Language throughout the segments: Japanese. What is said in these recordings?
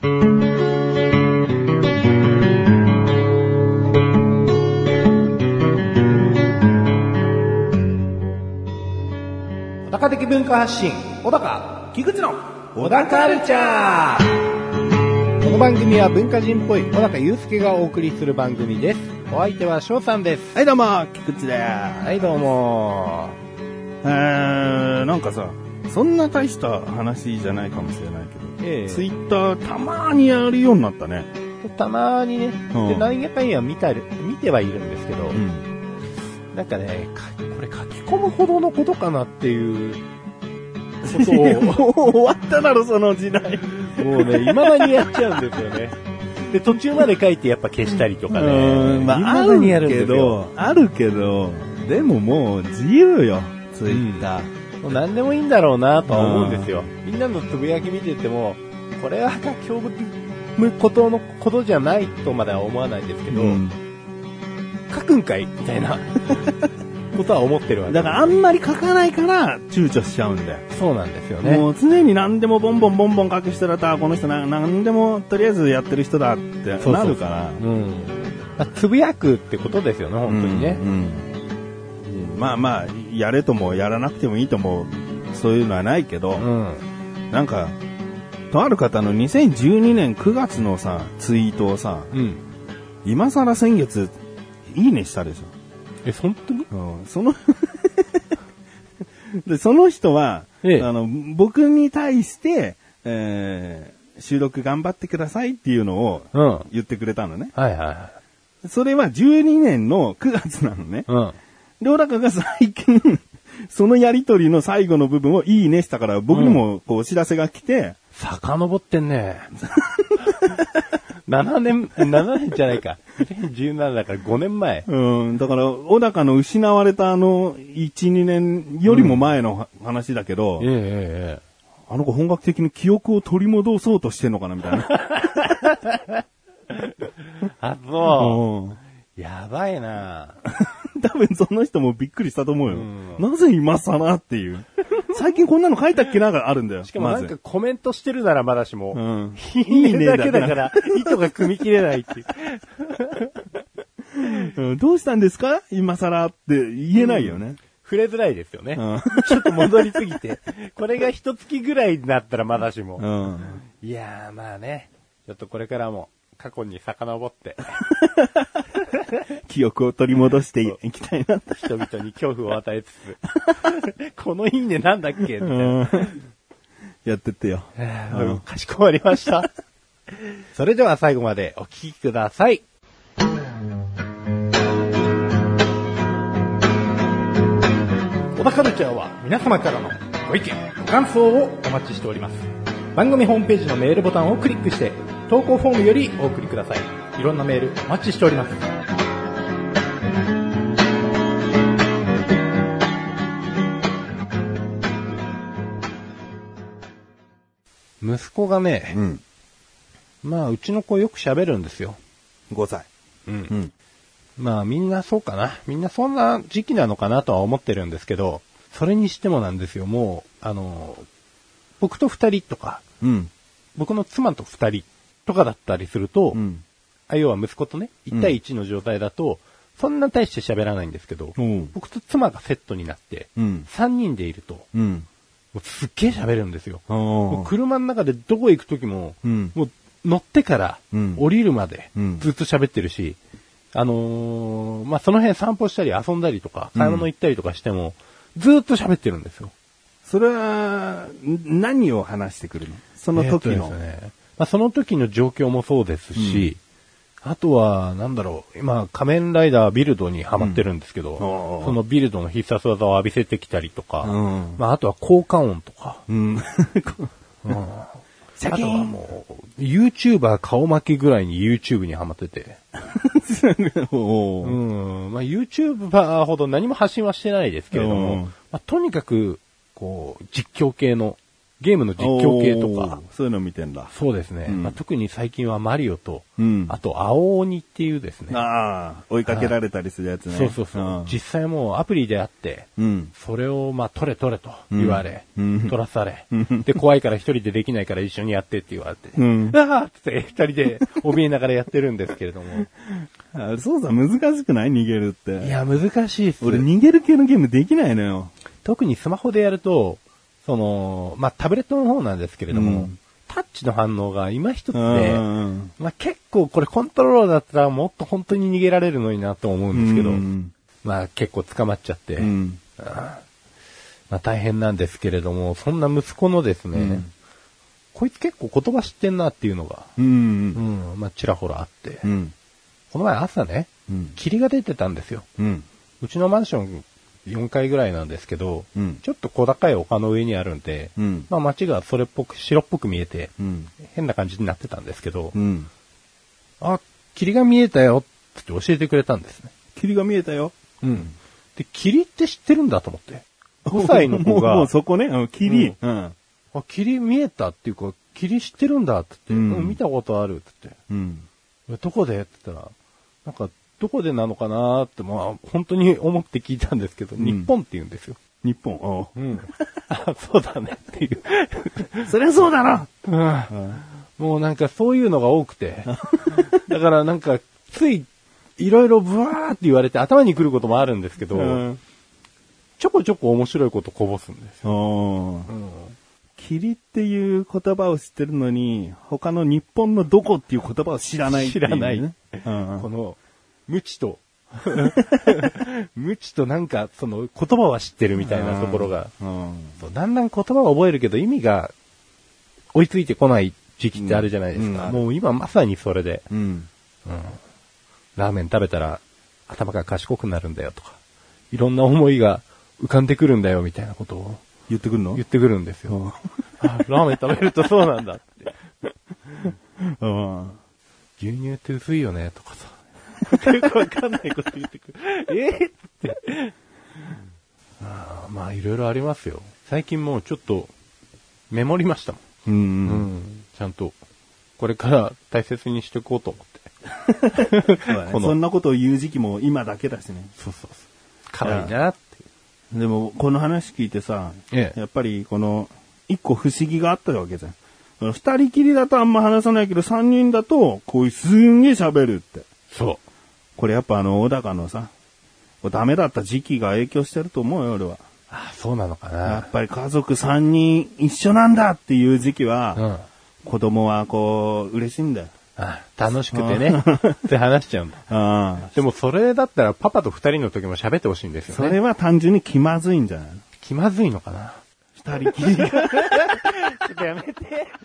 小高的文化発信、小高菊池の小高カルチャー。この番組は文化人っぽい小高祐介がお送りする番組です。お相手は翔さんです。 はいどうも、菊池です。 はいどうも。 なんかさ、そんな大した話じゃないかもしれないけど、ツイッターたまーにやるようになったね。 たまーにね、で何やかんや見てはいるんですけど、なんかね、これ書き込むほどのことかなっていうことをもう終わっただろその時代。 もうね、未だにやっちゃうんですよね。で、途中まで書いてやっぱ消したりとかね。 まあ、あるけど、でももう自由よ、ツイッター。 もう何でもいいんだろうなとは思うんですよ。みんなのつぶやき見てても、これは書き込むことじゃないとまでは思わないんですけど、書くんかいみたいなことは思ってるわけだからあんまり書かないから躊躇しちゃうんだよ。 そうなんですよね。 もう常に何でもボンボン書く人だったら、この人何でもとりあえずやってる人だってなるから。 つぶやくってことですよね、本当にね。 まあ、やれともやらなくてもいいとも、そういうのはないけど、なんか、とある方の2012年9月のさ、ツイートをさ、今更先月、いいねしたでしょ。 本当に？ で、その人は、僕に対して、収録頑張ってくださいっていうのを言ってくれたのね。それは12年の9月なのね。で、小高が最近、そのやりとりの最後の部分をいいねしたから、僕にもこうお知らせが来て。 遡ってんね。7年じゃないか。2017だから5年前。 だから、小高の失われた1、2年よりも前の話だけど、あの子本格的に記憶を取り戻そうとしてんのかなみたいな。 あ、そう。やばいな。 多分その人もびっくりしたと思うよ。なぜ今更っていう。最近こんなの書いたっけながあるんだよ。 しかもなんかコメントしてるならまだしも。いいねだけだから、意図が組み切れないっていう。どうしたんですか今更って言えないよね。 触れづらいですよね。ちょっと戻りすぎて。これが一月ぐらいになったらまだしも。いやーまあね。ちょっとこれからも過去に遡って。 記憶を取り戻していきたいな。 人々に恐怖を与えつつ。このいいねなんだっけみたいな。 やってってよ。 かしこまりました。それでは最後までお聞きください。小田カルチャーは皆様からのご意見、ご感想をお待ちしております。番組ホームページのメールボタンをクリックして投稿フォームよりお送りください。いろんなメールお待ちしております。息子がね、まあうちの子よく喋るんですよ。 5歳。 まあみんなそうかな。みんなそんな時期なのかなとは思ってるんですけど、それにしてもなんですよ。もう、僕と2人とか、僕の妻と2人とかだったりすると、要は息子とね、1対1の状態だと、そんな大して喋らないんですけど、僕と妻がセットになって、3人でいると、もうすっげえ喋るんですよ。もう車の中でどこ行くときも、もう乗ってから降りるまでずっと喋ってるし、まあ、その辺散歩したり遊んだりとか、買い物行ったりとかしても、ずっと喋ってるんですよ。 それは、何を話してくるの？その時の。 まあ、その時の状況もそうですし、あとは、なんだろう、今、仮面ライダービルドにハマってるんですけど、そのビルドの必殺技を浴びせてきたりとか、まあ、あとは効果音とか、あとはもう、YouTuber 顔負けぐらいに YouTube にハマってて。まあ YouTuber ほど何も発信はしてないですけれども、まあ、とにかく、こう、実況系のゲームの実況系とか。 そういうの見てんだ。 そうですね。特に最近はマリオと、あと青鬼っていうですね。 追いかけられたりするやつね。 そうそうそう。実際もうアプリであって、それを取れと言われ、取らされ、で、怖いから一人でできないから一緒にやってって言われて、あーって二人で怯えながらやってるんですけれども。 そうさ、難しくない逃げるって。 いや、難しいっす。 俺逃げる系のゲームできないのよ。 特にスマホでやると、タブレットの方なんですけれども、タッチの反応が今一つで、結構これコントローラーだったらもっと本当に逃げられるのになと思うんですけど、結構捕まっちゃって、大変なんですけれども、そんな息子のですね、こいつ結構言葉知ってんなっていうのが、ちらほらあって、この前朝ね、霧が出てたんですよ。うちのマンション4階ぐらいなんですけど、ちょっと小高い丘の上にあるんで、街がそれっぽく、白っぽく見えて、変な感じになってたんですけど、霧が見えたよって教えてくれたんですね。 霧が見えたよ。 で、霧って知ってるんだと思って。5歳の子が。 もうそこね、霧。 霧見えたっていうか、霧知ってるんだって言って、見たことあるって言って、どこでって言ったら、なんか、どこでなのかなーって、本当に思って聞いたんですけど、日本って言うんですよ。 日本そうだねっていう。 そりゃそうだな、 もうなんかそういうのが多くて。だからなんか、つい、いろいろブワーって言われて頭に来ることもあるんですけど、ちょこちょこ面白いことこぼすんですよ。 霧っていう言葉を知ってるのに、他の日本のどこっていう言葉を知らないっていう、ね。 知らない。この、無知となんか、その言葉は知ってるみたいなところが、だんだん言葉は覚えるけど意味が追いついてこない時期ってあるじゃないですか。もう今まさにそれで、ラーメン食べたら頭が賢くなるんだよとか、いろんな思いが浮かんでくるんだよみたいなことを言ってくるの？ 言ってくるんですよ。ラーメン食べるとそうなんだって。牛乳って薄いよねとかさ。よくわかんないこと言ってくる。って。いろいろありますよ。最近もうちょっとメモりましたもん。ちゃんとこれから大切にしていこうと思って。 そんなことを言う時期も今だけだしね。 そう。可愛いなって。 でもこの話聞いてさ、やっぱりこの一個不思議があったわけじゃん。二人きりだとあんま話さないけど、三人だとこういうすんげえ喋るって。 そう。 これやっぱ小高のさ、ダメだった時期が影響してると思うよ、俺は。 そうなのかな。 やっぱり家族3人一緒なんだっていう時期は、子供はこう、嬉しいんだよ。 楽しくてね、って話しちゃうんだ。でもそれだったらパパと2人の時も喋ってほしいんですよね。 それは単純に気まずいんじゃないの？ 気まずいのかな。 2人きりが。ちょっとやめて。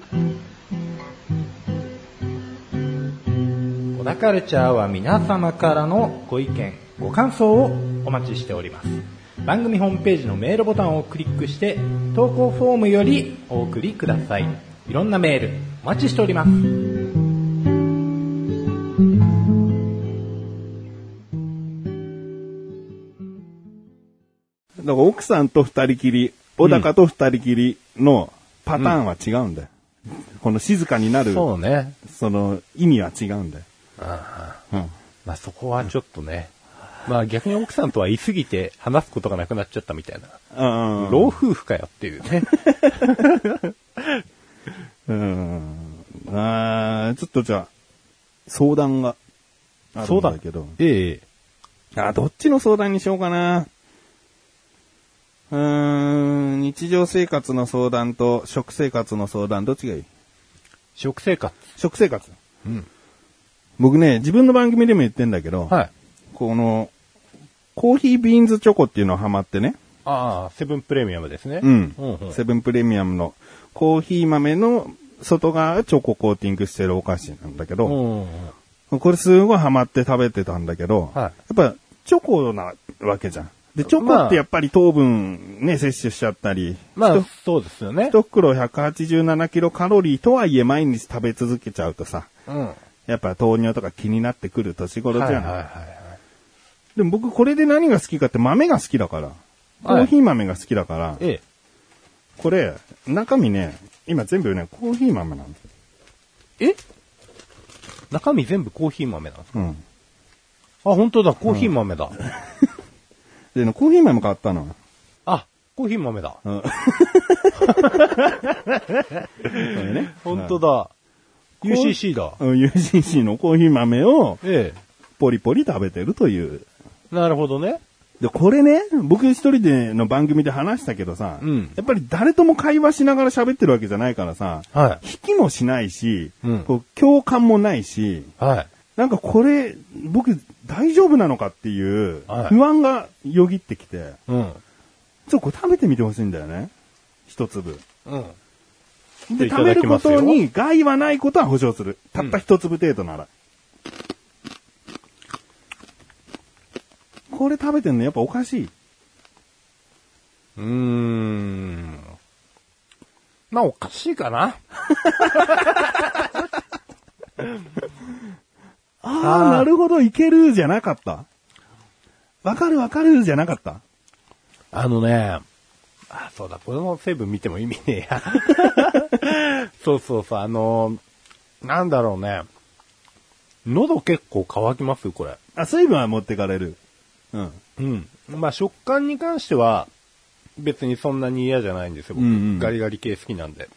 小田カルチャーは皆様からのご意見、ご感想をお待ちしております。番組ホームページのメールボタンをクリックして投稿フォームよりお送りください。いろんなメールお待ちしております。 だから奥さんと2人きり、小高と2人きりのパターンは違うんだよ。この静かになる、 そうね、 その意味は違うんだよ。 そこはちょっとね、逆に奥さんとは言い過ぎて話すことがなくなっちゃったみたいな。老夫婦かよっていうね。 ちょっとじゃあ、相談があるんだけど。どっちの相談にしようかな。日常生活の相談と食生活の相談、どっちがいい？ 食生活。 僕ね、自分の番組でも言ってんだけど、この、コーヒービーンズチョコっていうのをハマってね。 セブンプレミアムですね。 セブンプレミアムのコーヒー豆の外側チョココーティングしてるお菓子なんだけど、これすごいハマって食べてたんだけど、やっぱチョコなわけじゃん。で、チョコってやっぱり糖分ね、摂取しちゃったり。 そうですよね。 一袋187キロカロリーとはいえ毎日食べ続けちゃうとさ、やっぱ糖尿とか気になってくる年頃じゃん。でも僕これで何が好きかって豆が好きだから。コーヒー豆が好きだから。 これ、中身ね、今全部ね、コーヒー豆なんです。 え？中身全部コーヒー豆なんですか？うん。あ、本当だ、コーヒー豆だ。 で、コーヒー豆買ったの。 あ、コーヒー豆だ。うん。ね、本当だ。UCC だ。 UCC のコーヒー豆を、ポリポリ食べてるという。 なるほどね。 で、これね、僕一人での番組で話したけどさ、やっぱり誰とも会話しながら喋ってるわけじゃないからさ、引きもしないし、こう共感もないし、なんかこれ、僕大丈夫なのかっていう不安がよぎってきて、これ食べてみてほしいんだよね。一粒。で、食べることに害はないことは保証する。たった一粒程度なら。これ食べてんのやっぱおかしい。 まあおかしいかな。 なるほど、いけるじゃなかった。わかるじゃなかった。 そうだ、この成分見ても意味ねえや。そう、なんだろうね。喉結構乾きますよ、これ。 水分は持ってかれる。 まあ食感に関しては別にそんなに嫌じゃないんですよ、僕。ガリガリ系好きなんで。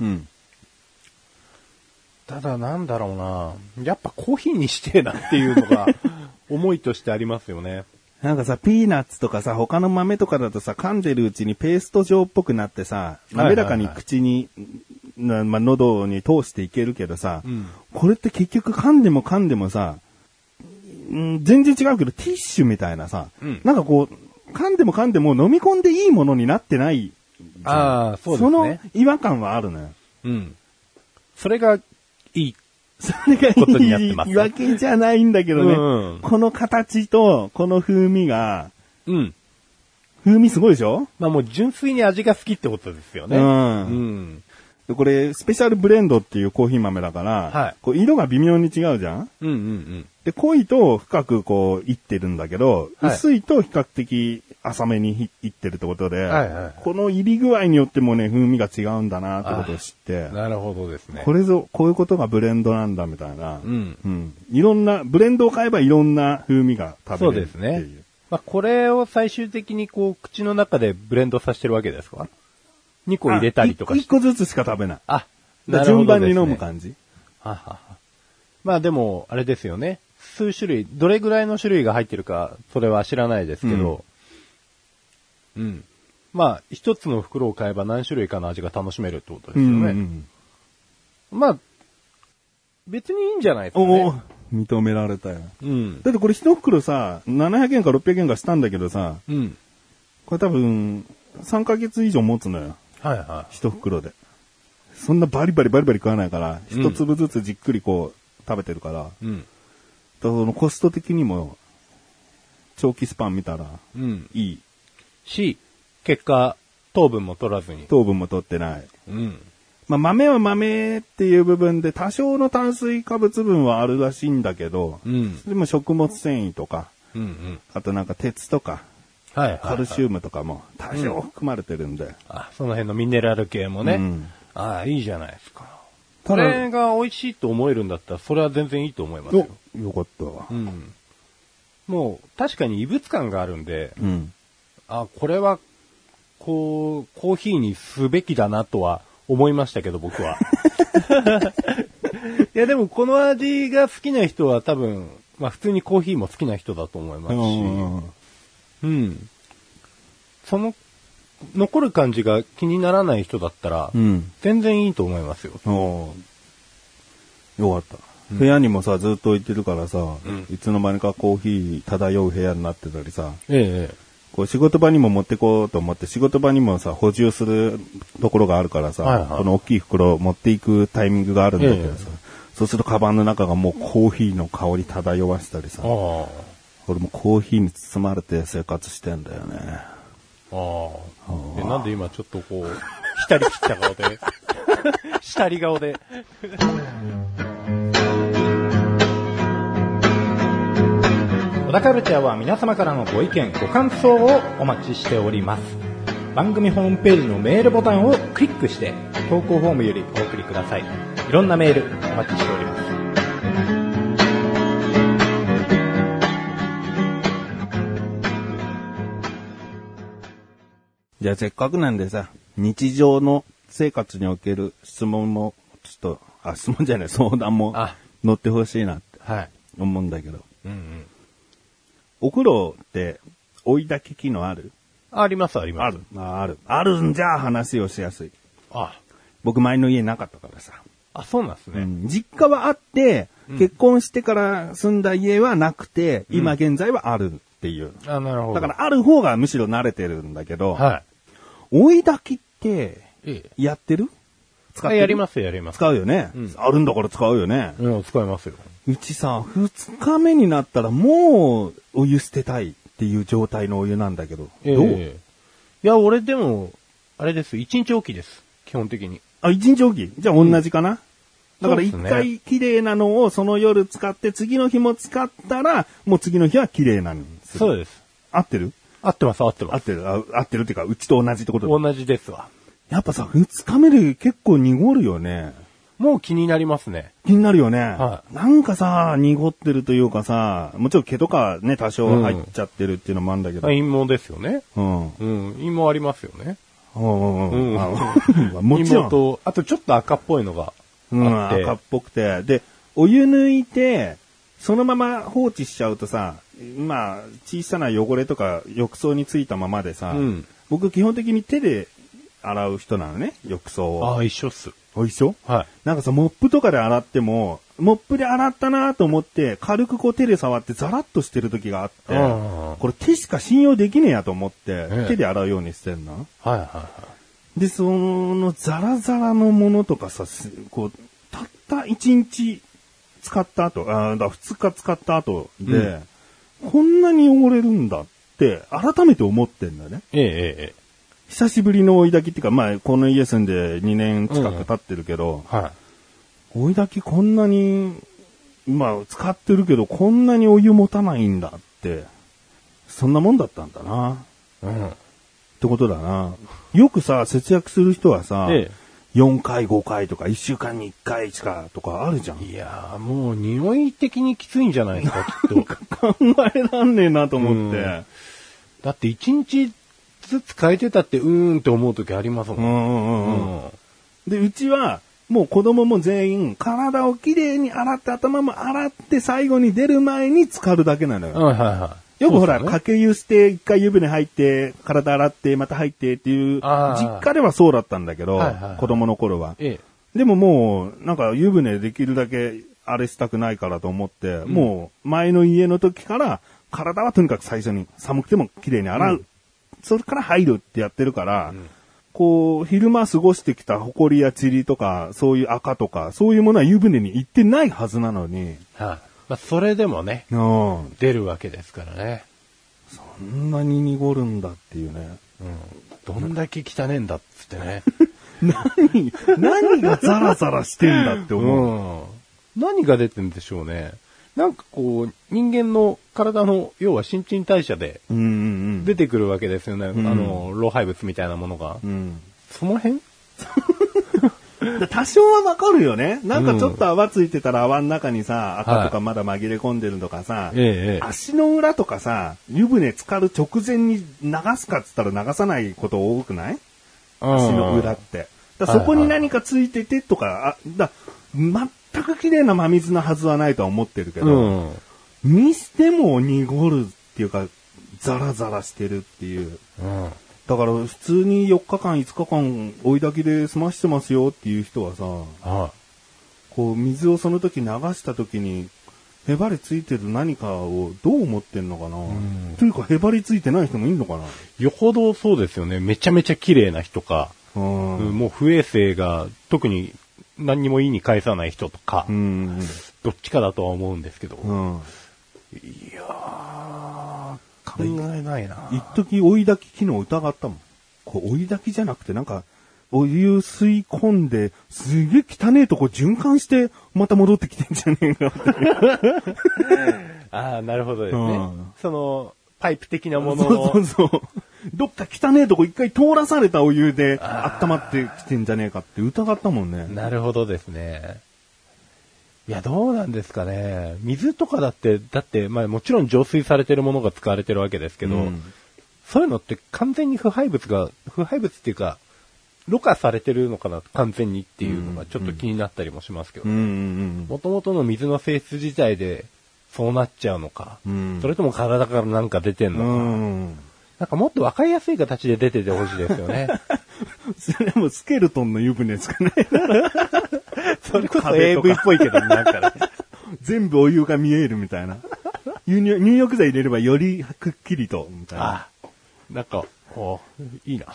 ただなんだろうな。やっぱコーヒーにしてえなっていうのが思いとしてありますよね。 なんかさ、ピーナッツとかさ、他の豆とかだとさ、噛んでるうちにペースト状っぽくなってさ、滑らかに口に、喉に通していけるけどさ、これって結局噛んでもさ、全然違うけど、ティッシュみたいなさ、なんかこう、噛んでも飲み込んでいいものになってない。 そうですね。 その違和感はあるのよ。 それがいい。 それがいいわけじゃないんだけどね。この形と、この風味が、風味すごいでしょ？ まあもう純粋に味が好きってことですよね。 これ、スペシャルブレンドっていうコーヒー豆だから、こう色が微妙に違うじゃん？で、濃いと深くこう、いってるんだけど、薄いと比較的浅めにいってるってことで、この入り具合によってもね、風味が違うんだなってことを知って、 なるほどですね。 こういうことがブレンドなんだみたいな、いろんな、ブレンドを買えばいろんな風味が食べれるっていう。そうですね。 まあ、これを最終的にこう、口の中でブレンドさせてるわけですか？2個入れたりとか 1個ずつしか食べない。 なるほどですね。 順番に飲む感じ。 まあでも、あれですよね。数種類、どれぐらいの種類が入ってるか、それは知らないですけど、まあ、一つの袋を買えば何種類かの味が楽しめるってことですよね。まあ、別にいいんじゃないですかね。 認められたよ。だってこれ一袋さ、700円か600円かしたんだけどさ、これ多分、3ヶ月以上持つのよ。一袋で。そんなバリバリ食わないから、一粒ずつじっくりこう、食べてるから、そのコスト的にも、長期スパン見たら、いい。 し、結果、糖分も取らずに。 糖分も取ってない。まあ、豆は豆っていう部分で多少の炭水化物分はあるらしいんだけど、でも食物繊維とか、あとなんか鉄とか、カルシウムとかも多少含まれてるんで。 その辺のミネラル系もね。いいじゃないですか。これが美味しいと思えるんだったら、それは全然いいと思いますよ。 よかったわ。 もう、確かに異物感があるんで、これは、こう、コーヒーにすべきだなとは思いましたけど、僕は。いや、でもこの味が好きな人は多分、まあ普通にコーヒーも好きな人だと思いますし、その、残る感じが気にならない人だったら、全然いいと思いますよ。 よかった。部屋にもさ、ずっと置いてるからさ、いつの間にかコーヒー漂う部屋になってたりさ、こう仕事場にも持ってこうと思って、仕事場にもさ、補充するところがあるからさ、この大きい袋を持っていくタイミングがあるんだけどさ、そうするとカバンの中がもうコーヒーの香り漂わしたりさ、俺もコーヒーに包まれて生活してんだよね。 なんで今ちょっとこう、浸り切った顔で、下り顔で。 小田カルチャーは皆様からのご意見、ご感想をお待ちしております。 番組ホームページのメールボタンをクリックして投稿フォームよりお送りください。いろんなメールお待ちしております。 じゃあせっかくなんでさ、日常の生活における質問もちょっと質問じゃない相談も乗ってほしいなって思うんだけど、お風呂って追い焚き機能ある？ あります。あるんじゃ話をしやすい。僕前の家なかったからさ。 そうなんですね。 実家はあって、結婚してから住んだ家はなくて、今現在はあるっていう。 なるほど。 だからある方がむしろ慣れてるんだけど、追い焚きってやってる？使ってる？ やります。 使うよね。あるんだから使うよね。 使いますよ。 うちさ、2日目になったらもうお湯捨てたいっていう状態のお湯なんだけど。どう？ いや、俺でも、あれです。1日おきです。基本的に。 1日おき？じゃあ同じかな？だから1回綺麗なのをその夜使って次の日も使ったら、もう次の日は綺麗なのにする。 そうです。 合ってる？ 合ってます。 合ってるっていうか、うちと同じってことだ。 同じですわ。 やっぱさ、2日目で結構濁るよね。 もう気になりますね。 気になるよね。なんかさ、濁ってるというかさ、もちろん毛とかね、多少入っちゃってるっていうのもあるんだけど。 陰毛ですよね。陰毛ありますよね。 もちろん。と、 あとちょっと赤っぽいのがあって。 赤っぽくて。で、お湯抜いて、そのまま放置しちゃうとさ、小さな汚れとか浴槽についたままでさ、僕基本的に手で洗う人なのね、浴槽を。 一緒っす。 一緒？なんかさ、モップとかで洗っても、モップで洗ったなと思って、軽くこう手で触ってザラッとしてる時があって、これ手しか信用できねえやと思って、手で洗うようにしてんの。で、そのザラザラのものとかさ、こう、たった1日使った後、2日使った後で、こんなに汚れるんだって改めて思ってんだね。久しぶりの追い焚きっていうか、この家住んで2年近く経ってるけど、追い焚きこんなに、使ってるけどこんなにお湯持たないんだって、そんなもんだったんだな。ってことだな。よくさ、節約する人はさ、4回5回とか1週間に1回しかとかあるじゃん。 いやー、もう匂い的にきついんじゃないですか、きっと。 考えらんねえなと思って。 だって1日ずつ変えてたってって思う時ありますもん。 で、うちはもう子供も全員体をきれいに洗って頭も洗って最後に出る前に浸かるだけなのよ。よくほら、かけ湯して一回湯船入って体洗ってまた入ってっていう実家ではそうだったんだけど、子供の頃は。でももうなんか湯船できるだけあれしたくないからと思って、もう前の家の時から体はとにかく最初に寒くてもきれいに洗う。それから入るってやってるから、こう、昼間過ごしてきた埃や塵とか、そういう赤とか、そういうものは湯船に行ってないはずなのに。 それでもね、出るわけですからね。 そんなに濁るんだっていうね。 どんだけ汚ねえんだっつってね。 何がザラザラしてんだって思う。 何が出てんでしょうね。なんかこう、人間の体の、要は新陳代謝で、出てくるわけですよね。老廃物みたいなものが。その辺多少はわかるよね。なんかちょっと泡ついてたら泡の中にさ、赤とかまだ紛れ込んでるとかさ、足の裏とかさ、湯船浸かる直前に流すかっつったら流さないこと多くない？足の裏って。そこに何かついててとか、全く綺麗な真水のはずはないとは思ってるけど、にしても濁るっていうか、ザラザラしてるっていう。だから普通に4日間5日間追い焚きで済ましてますよっていう人はさ、こう水をその時流した時にへばりついてる何かをどう思ってんのかな、というかへばりついてない人もいるのかな。 よほどそうですよね。めちゃめちゃ綺麗な人か、もう不衛生が特に何にも意に介さない人とか、どっちかだとは思うんですけど、いやー、考えないな。 一時追い焚き機能疑ったもん。こう追い焚きじゃなくてなんかお湯吸い込んですげえ汚ねえとこ循環してまた戻ってきてんじゃねえかって。 なるほどですね。そのパイプ的なものを。 そう。どっか汚ねえとこ一回通らされたお湯で温まってきてんじゃねえかって疑ったもんね。 なるほどですね。いや、どうなんですかね。水とかだって、まあもちろん浄水されてるものが使われてるわけですけど、そういうのって完全に腐敗物っていうか、ろ過されてるのかな、完全にっていうのがちょっと気になったりもしますけど、元々の水の性質自体でそうなっちゃうのか、それとも体からなんか出てんのか、なんかもっとわかりやすい形で出ててほしいですよね。 それもスケルトンの湯船ですかね。 それこそ AV っぽいけど、なんかね。 全部お湯が見えるみたいな。入浴剤入れればよりくっきりと、みたいな。 なんか、いいな。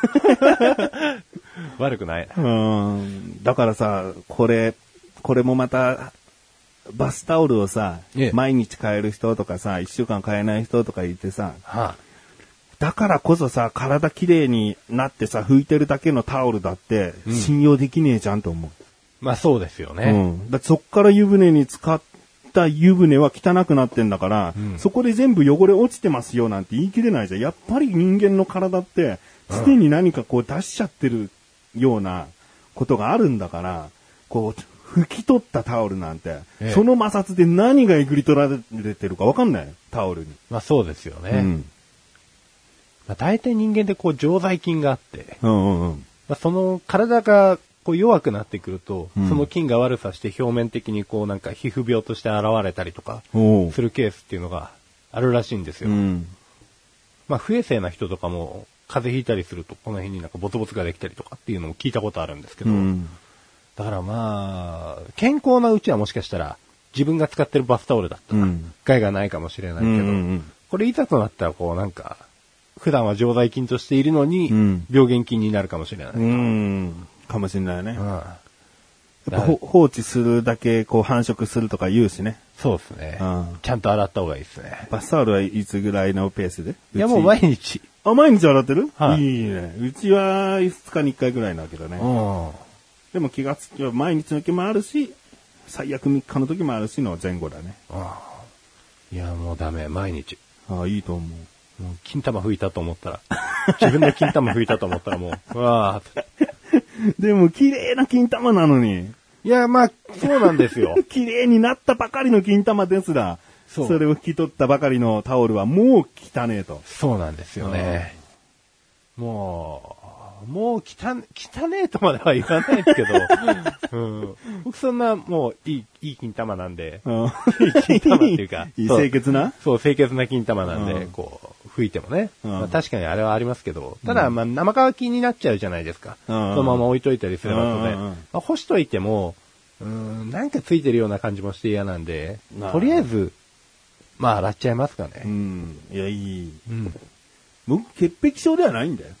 悪くない。 だからさ、これもまた、バスタオルをさ、毎日買える人とかさ、1週間買えない人とかいてさ、だからこそさ、体きれいになってさ、拭いてるだけのタオルだって、信用できねえじゃんと思う。 まあそうですよね。 だそっから湯船に使った湯船は汚くなってんだから、そこで全部汚れ落ちてますよなんて言い切れないじゃん。やっぱり人間の体って、常に何かこう出しちゃってるようなことがあるんだから、こう、拭き取ったタオルなんて、その摩擦で何がえぐり取られてるか分かんない。タオルに。 まあそうですよね。まあ、大体人間でこう常在菌があって、まあ、その体がこう弱くなってくると、その菌が悪さして表面的にこうなんか皮膚病として現れたりとかするケースっていうのがあるらしいんですよ。まあ不衛生な人とかも風邪ひいたりするとこの辺になんかボツボツができたりとかっていうのも聞いたことあるんですけど、だからまあ健康なうちはもしかしたら自分が使ってるバスタオルだったら害がないかもしれないけど、これいざとなったらこうなんか普段は常在菌としているのに、病原菌になるかもしれない。 かもしれないね。やっぱ放置するだけこう繁殖するとか言うしね。 そうですね。ちゃんと洗った方がいいですね。 バスタオルはいつぐらいのペースで？ いやもう毎日。 毎日洗ってる？ はい。 いいね。うちは5日に1回ぐらいだけどね。でも気がつきは毎日の時もあるし、最悪3日の時もあるしの前後だね。 いやもうダメ、毎日。 いいと思う。 もう金玉拭いたと思ったら、自分の金玉拭いたと思ったらもう、うわーでも綺麗な金玉なのに。 いや、まあ、そうなんですよ。 綺麗になったばかりの金玉ですら、それを拭き取ったばかりのタオルはもう汚ねえと。 そうなんですよね。もう汚ねえとまでは言わないですけど、僕そんなもういい金玉なんで、いい金玉っていうか、 清潔な？ そう、清潔な金玉なんで、こう、拭いてもね、まあ、確かにあれはありますけど、ただ、まあ、生乾きになっちゃうじゃないですか。そのまま置いといたりするので、まあ、干しといても、なんかついてるような感じもして嫌なんで、とりあえず、まあ、洗っちゃいますかね。 いや、いい。僕、潔癖症ではないんだよ。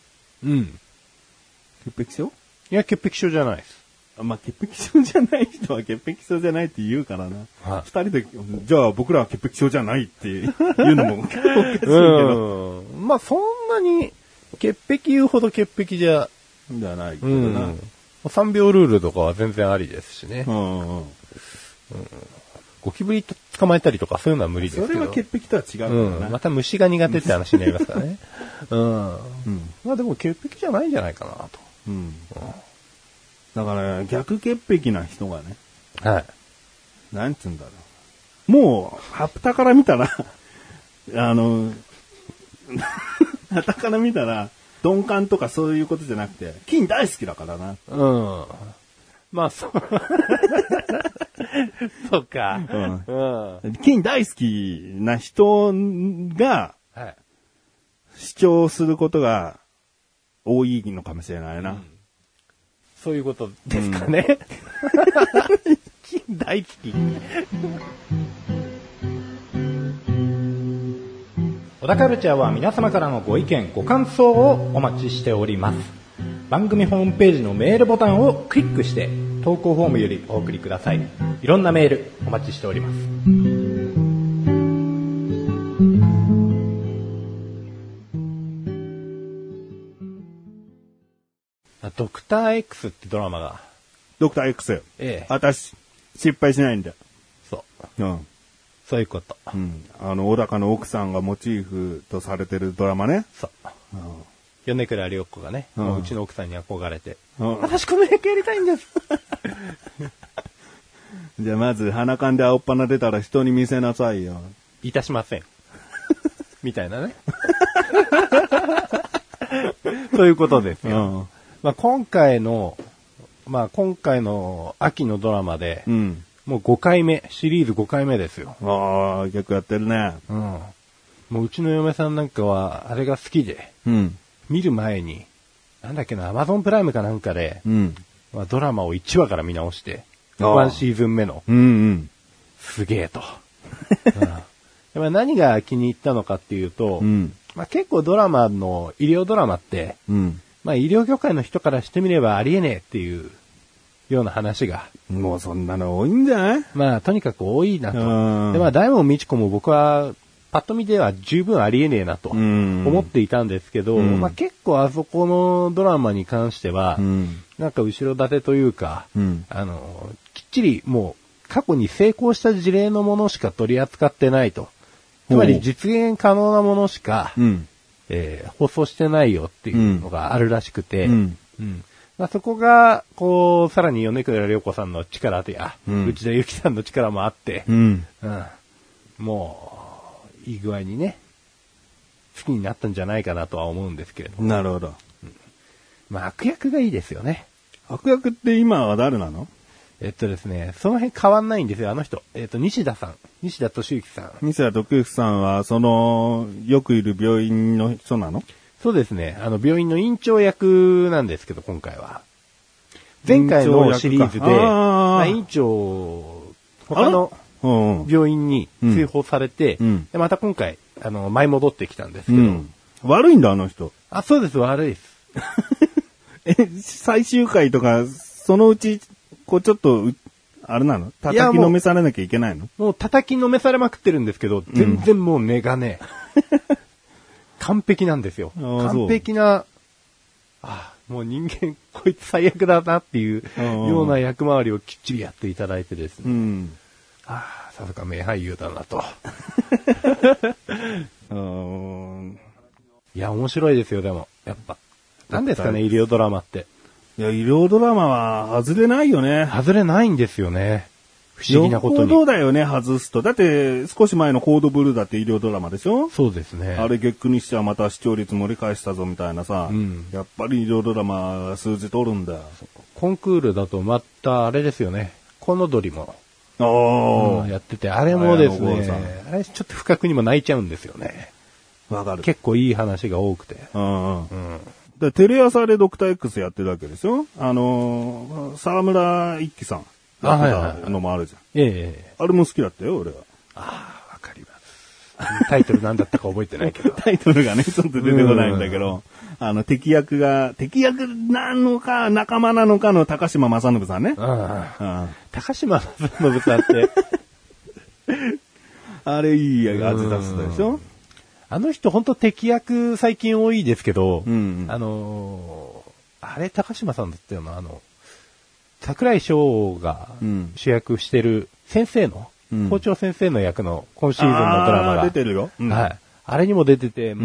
潔癖症？ いや、潔癖症じゃないです。 まあ、潔癖症じゃない人は潔癖症じゃないって言うからな。二人で、じゃあ僕らは潔癖症じゃないっていうのもおかしいけど。 まあ、そんなに潔癖言うほど潔癖じゃないけどな。 3秒ルールとかは全然ありですしね。ゴキブリ捕まえたりとかそういうのは無理ですけど。 それは潔癖とは違うからな。 また虫が苦手って話になりますからね。まあでも潔癖じゃないんじゃないかなと。 だから、逆潔癖な人がね。なんつうんだろう。もう、はたから見たら、はたから見たら、鈍感とかそういうことじゃなくて、菌大好きだからな。 まあ、そう。そうか。 菌大好きな人が、主張することが多いのかもしれないな。 そういうことですかね。菌大好き。 小田カルチャーは皆様からのご意見、ご感想をお待ちしております。番組ホームページのメールボタンをクリックして投稿フォームよりお送りください。いろんなメールお待ちしております。 ドクター X ってドラマが。 ドクター X。私、失敗しないんだよ。 そう。 そういうこと。 うん。小高の奥さんがモチーフとされてるドラマね。 そう。米倉涼子がね、うちの奥さんに憧れて、私この役やりたいんです。 じゃあまず鼻かんで青っ鼻出たら人に見せなさいよ。 いたしません。みたいなね。ということですよ。まあ今回の秋のドラマで、もう5回目、シリーズ5回目ですよ。 ああ、結構やってるね。 もううちの嫁さんなんかは、あれが好きで、見る前に、なんだっけな、Amazon プライムかなんかで、ドラマを1話から見直して、1シーズン目の、すげえと。何が気に入ったのかっていうと、結構ドラマの、医療ドラマって、医療業界の人からしてみればありえねえっていうような話が。 もうそんなの多いんじゃない？ とにかく多いなと。で、大門みち子も僕は、パッと見では十分ありえねえなと思っていたんですけど、結構あそこのドラマに関しては、なんか後ろ盾というか、きっちりもう過去に成功した事例のものしか取り扱ってないと。つまり実現可能なものしか、放送してないよっていうのがあるらしくて、そこが、こう、さらに米倉涼子さんの力や、内田有紀さんの力もあって、もう、いい具合にね、好きになったんじゃないかなとは思うんですけれども。 なるほど。 悪役がいいですよね。 悪役って今は誰なの？ ですね、その辺変わんないんですよ、あの人。西田さん。西田敏行さん。 西田敏行さんは、よくいる病院の人なの？ そうですね。病院の院長役なんですけど、今回は。前回のシリーズで、院長、他の病院に追放されて、でまた今回、舞い戻ってきたんですけど。 悪いんだ、あの人。 そうです、悪いです。最終回とか、そのうち、こうちょっと、あれなの？叩きのめされなきゃいけないの？ もう叩きのめされまくってるんですけど、全然もう根がね、完璧なんですよ。完璧な、もう人間、こいつ最悪だなっていうような役回りをきっちりやっていただいてですね。さすが名俳優だなと。いや、面白いですよ、でも。やっぱ。何ですかね、医療ドラマって。 いや、医療ドラマは外れないよね。 外れないんですよね。不思議なことに。 よっぽどだよね、外すと。だって、少し前のコードブルーだって医療ドラマでしょ？ そうですね。 あれ月句にしてはまた視聴率盛り返したぞみたいなさ。やっぱり医療ドラマ数字取るんだ。 コンクールだとまたあれですよね。コウノドリも。やってて、あれもですね、あれちょっと不覚にも泣いちゃうんですよね。 わかる。 結構いい話が多くて。 テレ朝でドクター X やってるわけですよ。沢村一樹さんやってたのもあるじゃん。あれも好きだったよ、俺は。 わかります。タイトルなんだったか覚えてないけど。 タイトルがね、ちょっと出てこないんだけど、敵役なのか、仲間なのかの高島正信さんね。 高島正信さんって、 あれいい味出すでしょ？ あの人本当敵役最近多いですけど、あれ高島さんだったよな、桜井翔が主役してる先生の、校長先生の役の今シーズンのドラマが。 出てるよ。 はい。あれにも出てて、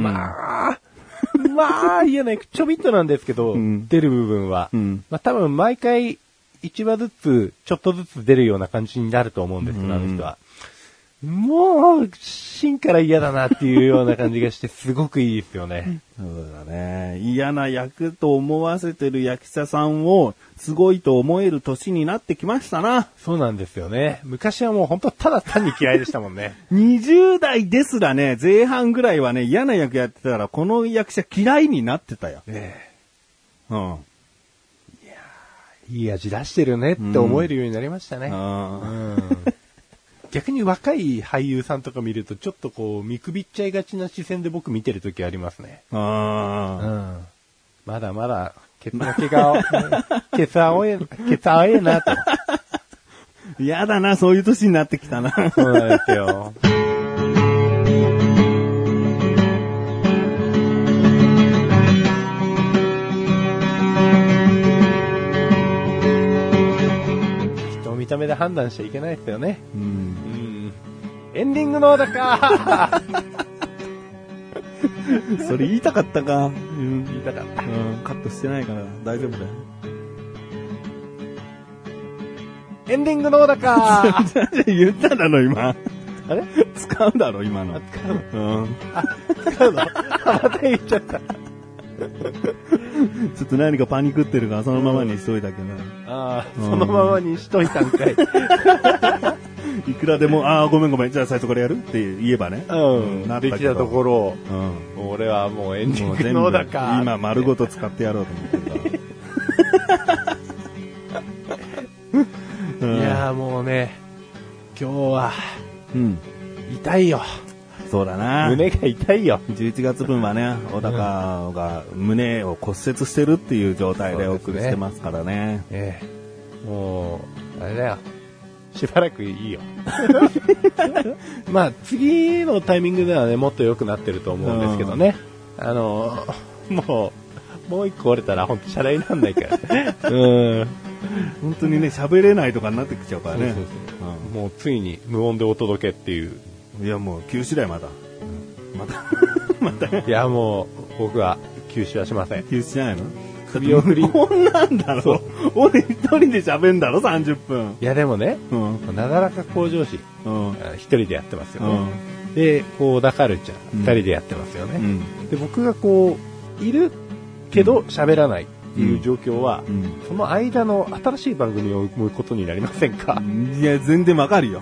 いやね、ちょびっとなんですけど、出る部分は。多分毎回1話ずつ、ちょっとずつ出るような感じになると思うんですけど、あの人は。もう、芯から嫌だなっていうような感じがして、すごくいいですよね。 そうだね。嫌な役と思わせてる役者さんを、すごいと思える年になってきましたな。 そうなんですよね。昔はもう本当ただ単に嫌いでしたもんね。 20代ですらね、前半ぐらいはね、嫌な役やってたら、この役者嫌いになってたよ。 いい味出してるねって思えるようになりましたね。逆に若い俳優さんとか見るとちょっとこう見くびっちゃいがちな視線で僕見てるときありますね。まだまだケツの毛がケツ青えなと。 嫌だな、そういう年になってきたな。 そうなんですよ。人を見た目で判断しちゃいけないですよね。 エンディングのだかそれ言いたかったか。 言いたかった。 カットしてないから大丈夫だよ。 エンディングのだか言っただろ、今。 あれ使うだろ、今の。 使うの使うのまた言っちゃった。 ちょっと何かパニクってるからそのままにしといたけど。 そのままにしといたんかい。 いくらでも、ごめん、じゃあ最初からやるって言えばね。 できたところ、俺はもうエンディングのだか。 今丸ごと使ってやろうと思ってる。 いやーもうね、今日は、痛いよ。 そうだな。 胸が痛いよ。 11月分はね、小高が胸を骨折してるっていう状態でお送りしてますからね。 もう、あれだよ。しばらくいいよ。まあ、次のタイミングではね、もっと良くなってると思うんですけどね。もう一個折れたらほんとシャレになんないから。 本当にね、喋れないとかになってきちゃうからね。 もうついに無音でお届けっていう。 いやもう休止だよ、また。 いやもう僕は休止はしません。 休止しないの？ 首を振り。 こんなんだろ。俺一人で喋んだろ、30分。 いやでもね、なだらか向上心、一人でやってますよね。で、小田カルチャー、二人でやってますよね。で、僕がこう、いるけど喋らないっていう状況は、その間の新しい番組を生むことになりませんか？ いや、全然わかるよ。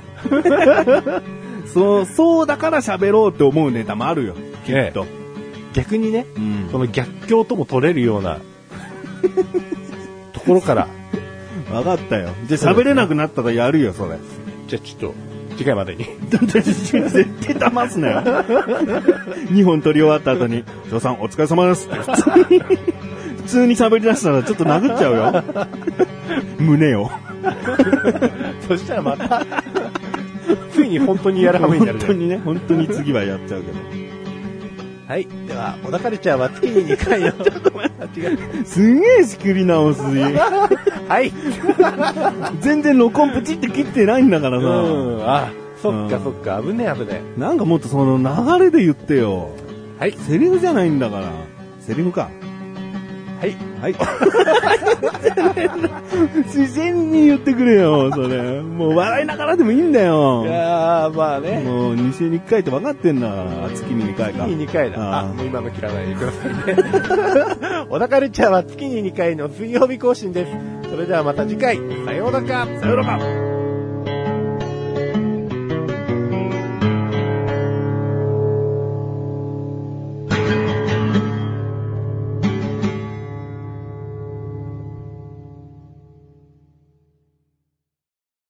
そうだから喋ろうって思うネタもあるよ、きっと。 逆にね、その逆境とも取れるようなところから。 わかったよ。じゃあ喋れなくなったらやるよ、それ。 じゃあちょっと、次回までに。 絶対騙すなよ。2本撮り終わった後に、ジョーさんお疲れ様ですって普通に喋り出したらちょっと殴っちゃうよ。胸を。 そしたらまた、ついに本当にやるはめになるじゃん。 本当にね、本当に次はやっちゃうけど。 はい。では、小田カルチャーは月に2回の。ちょっと待って、違う。 すげえ仕切り直す。 はい。 全然録音プチって切ってないんだからさ。 そっかそっか、危ねえ。 なんかもっとその流れで言ってよ。 はい。 セリフじゃないんだから。セリフか。 はい。 はい。自然に言ってくれよ、それ。もう笑いながらでもいいんだよ。 いやー、まあね。 もう2週に1回って分かってんだ。月に2回か。 月に2回だ。もう今の切らないでくださいね。小田カルチャーは月に2回の水曜日更新です。それではまた次回。さようなら。 さようなら。